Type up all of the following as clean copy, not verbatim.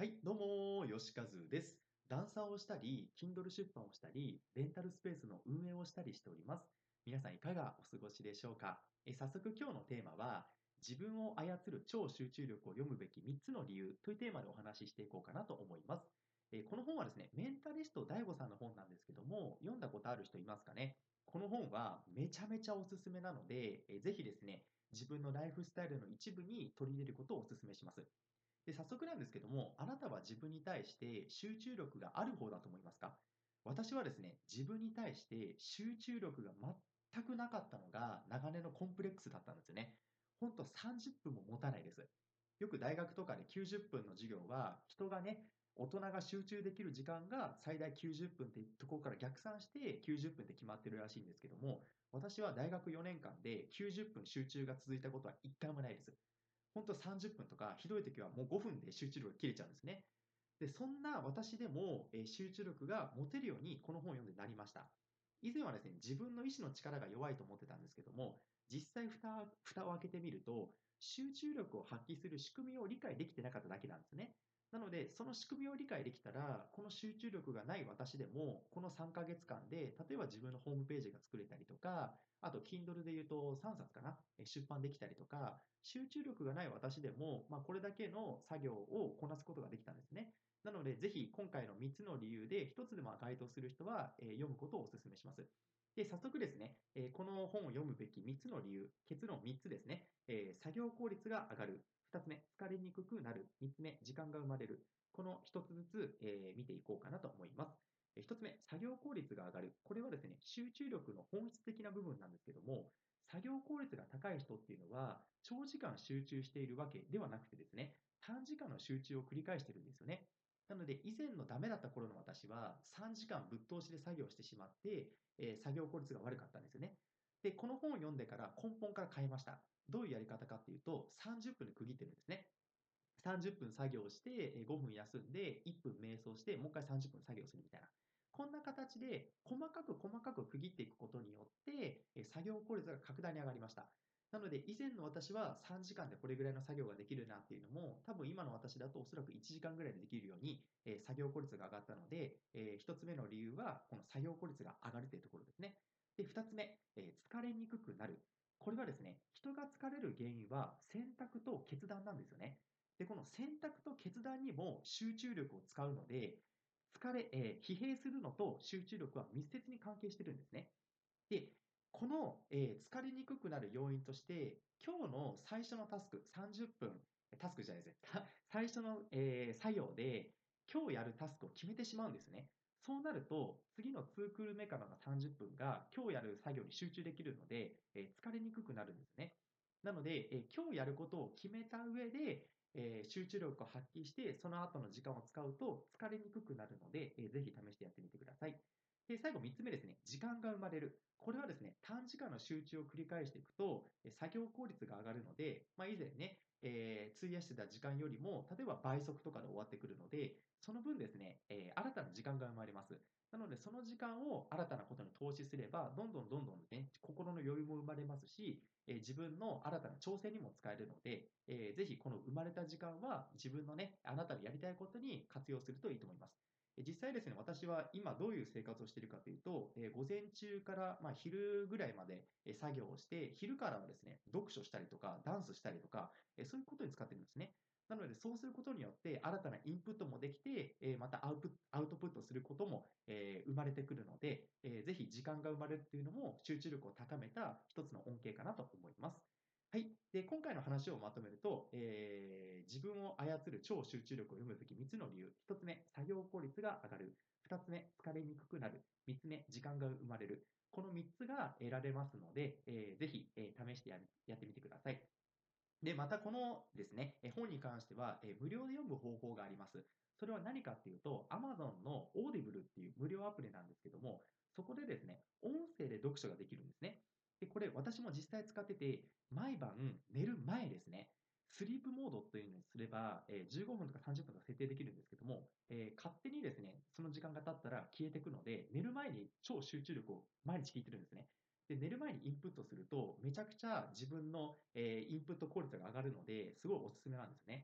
はい、どうも、吉和です。ダンサーをしたり、Kindle 出版をしたり、レンタルスペースの運営をしたりしております。皆さんいかがお過ごしでしょうか。早速今日のテーマは、自分を操る超集中力を読むべき3つの理由というテーマでお話ししていこうかなと思います。この本はですね、メンタリスト DAIGO さんの本なんですけども、読んだことある人いますかね。この本はめちゃめちゃおすすめなので、ぜひですね、自分のライフスタイルの一部に取り入れることをお勧めします。で、早速なんですけども、あなたは自分に対して集中力がある方だと思いますか？私はですね、自分に対して集中力が全くなかったのが長年のコンプレックスだったんですよね。ほんと30分も持たないです。よく大学とかで90分の授業は、人がね、大人が集中できる時間が最大90分っぷんってところから逆算して90分って決まってるらしいんですけども、私は大学4年間で90分集中が続いたことは一回もないです。本当30分とか、ひどい時はもう5分で集中力が切れちゃうんですね。で、そんな私でも、集中力が持てるようにこの本を読んでなりました。以前はですね、自分の意志の力が弱いと思ってたんですけども、実際蓋を開けてみると、集中力を発揮する仕組みを理解できてなかっただけなんですね。なので、その仕組みを理解できたら、この集中力がない私でも、この3ヶ月間で、例えば自分のホームページが作れたりとか、あと、Kindle で言うと3冊かな、出版できたりとか、集中力がない私でも、これだけの作業をこなすことができたんですね。なので、ぜひ今回の3つの理由で1つでも該当する人は、読むことをお勧めします。で、早速ですね、この本を読むべき3つの理由、結論3つですね。作業効率が上がる。2つ目、疲れにくくなる。3つ目、時間が生まれる。この1つずつ、見ていこうかなと思います。1つ目、作業効率が上がる。これはですね、集中力の本質的な部分なんですけども、作業効率が高い人っていうのは、長時間集中しているわけではなくてですね、短時間の集中を繰り返しているんですよね。なので、以前のダメだった頃の私は、3時間ぶっ通しで作業してしまって、作業効率が悪かったんですよね。で、この本を読んでから根本から変えました。どういうやり方かっていうと、30分で区切ってるんですね。30分作業して、5分休んで、1分瞑想して、もう一回30分作業するみたいな。こんな形で細かく区切っていくことによって、作業効率が格段に上がりました。なので、以前の私は3時間でこれぐらいの作業ができるなっていうのも、多分今の私だとおそらく1時間ぐらいでできるように、作業効率が上がったので、1つ目の理由は、この作業効率が上がるというところですね。で、2つ目、疲れにくくなる。これはですね、人が疲れる原因は選択と決断なんですよね。で、この選択と決断にも集中力を使うので、疲弊するのと集中力は密接に関係してるんですね。で、この、疲れにくくなる要因として、今日の最初のタスク、30分、タスクじゃないですね。最初の、作業で、今日やるタスクを決めてしまうんですね。そうなると、次の2クール目からの30分が、今日やる作業に集中できるので、疲れにくくなるんですね。なので、今日やることを決めた上で、集中力を発揮して、その後の時間を使うと疲れにくくなるので、ぜひ試してやってみてください。で、最後3つ目ですね、時間が生まれる。これはですね、短時間の集中を繰り返していくと、作業効率が上がるので、以前ね、費やしてた時間よりも、例えば倍速とかで終わってくるので、その分ですね、新たな時間が生まれます。なので、その時間を新たなことに投資すれば、どんどんね、心の余裕も生まれますし、自分の新たな挑戦にも使えるので、ぜひこの生まれた時間は自分のね、あなたのやりたいことに活用するといいと思います。実際ですね、私は今どういう生活をしているかというと、午前中から昼ぐらいまで作業をして、昼からはですね、読書したりとか、ダンスしたりとか、そういうことに使ってるんですね。なので、そうすることによって、新たなインプットもできて、またアウトプットすることも、生まれてくるので、ぜひ時間が生まれるっていうのも集中力を高めた一つの恩恵かなと思います。はい。で、今回の話をまとめると、自分を操る超集中力を読むべき3つの理由。1つ目、作業効率が上がる。2つ目、疲れにくくなる。3つ目、時間が生まれる。この3つが得られますので、ぜひ、試してやってみてください。で、またこのですね、本に関しては、無料で読む方法があります。それは何かっていうと、Amazon の Audible っていう無料アプリなんですけども、そこでですね、音声で読書ができるんですね。で、これ私も実際使ってて、毎晩寝る前ですね、スリープモードというのにすれば、15分とか30分とか設定できるんですけども、勝手にですね、その時間が経ったら消えていくので、寝る前に超集中力を毎日聞いてるんですね。で、寝る前にインプットすると、めちゃくちゃ自分の、インプット効率が上がるので、すごいおすすめなんですね。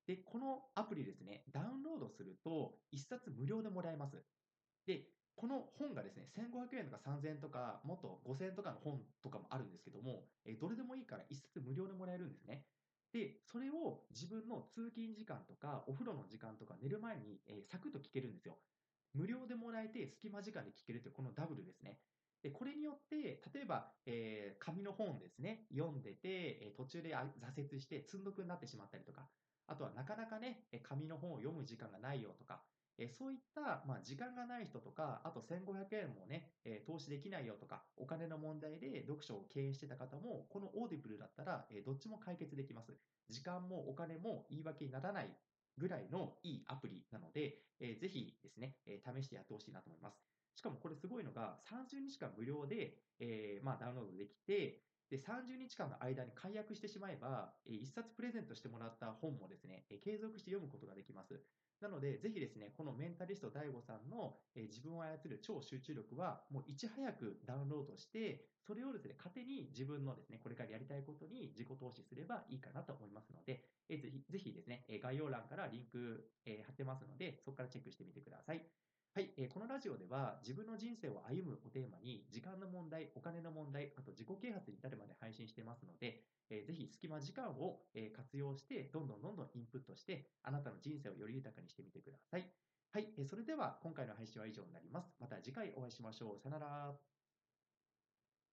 で、このアプリですね、ダウンロードすると1冊無料でもらえます。で、この本がですね、1500円とか3000円とか、もっと5000円とかの本とかもあるんですけども、どれでもいいから1冊無料でもらえるんですね。で、それを自分の通勤時間とか、お風呂の時間とか寝る前に、サクッと聞けるんですよ。無料でもらえて、隙間時間で聞けるというこのダブルですね。で、これによって、例えば、紙の本ですね、読んでて、途中で挫折して積んどくになってしまったりとか、あとはなかなかね、紙の本を読む時間がないよとか、そういった、時間がない人とか、あと1500円もね、投資できないよとか、お金の問題で読書を経営してた方も、このオーディブルだったら、どっちも解決できます。時間もお金も言い訳にならないぐらいのいいアプリなので、ぜひですね、試してやってほしいなと思います。しかもこれすごいのが、30日間無料で、ダウンロードできて、で、30日間の間に解約してしまえば、1冊プレゼントしてもらった本もですね、継続して読むことができます。なので、ぜひですね、このメンタリスト DAIGO さんの、自分を操る超集中力は、もういち早くダウンロードして、それをですね、糧に自分のですね、これからやりたいことに自己投資すればいいかなと思いますので、ぜひですね、概要欄からリンク、貼ってますので、そこからチェックしてみてください。はい、このラジオでは自分の人生を歩むをテーマに時間の問題、お金の問題、あと自己啓発に至るまで配信してますので、ぜひ隙間時間を活用してどんどんインプットしてあなたの人生をより豊かにしてみてください。はい、それでは今回の配信は以上になります。また次回お会いしましょう。さよなら。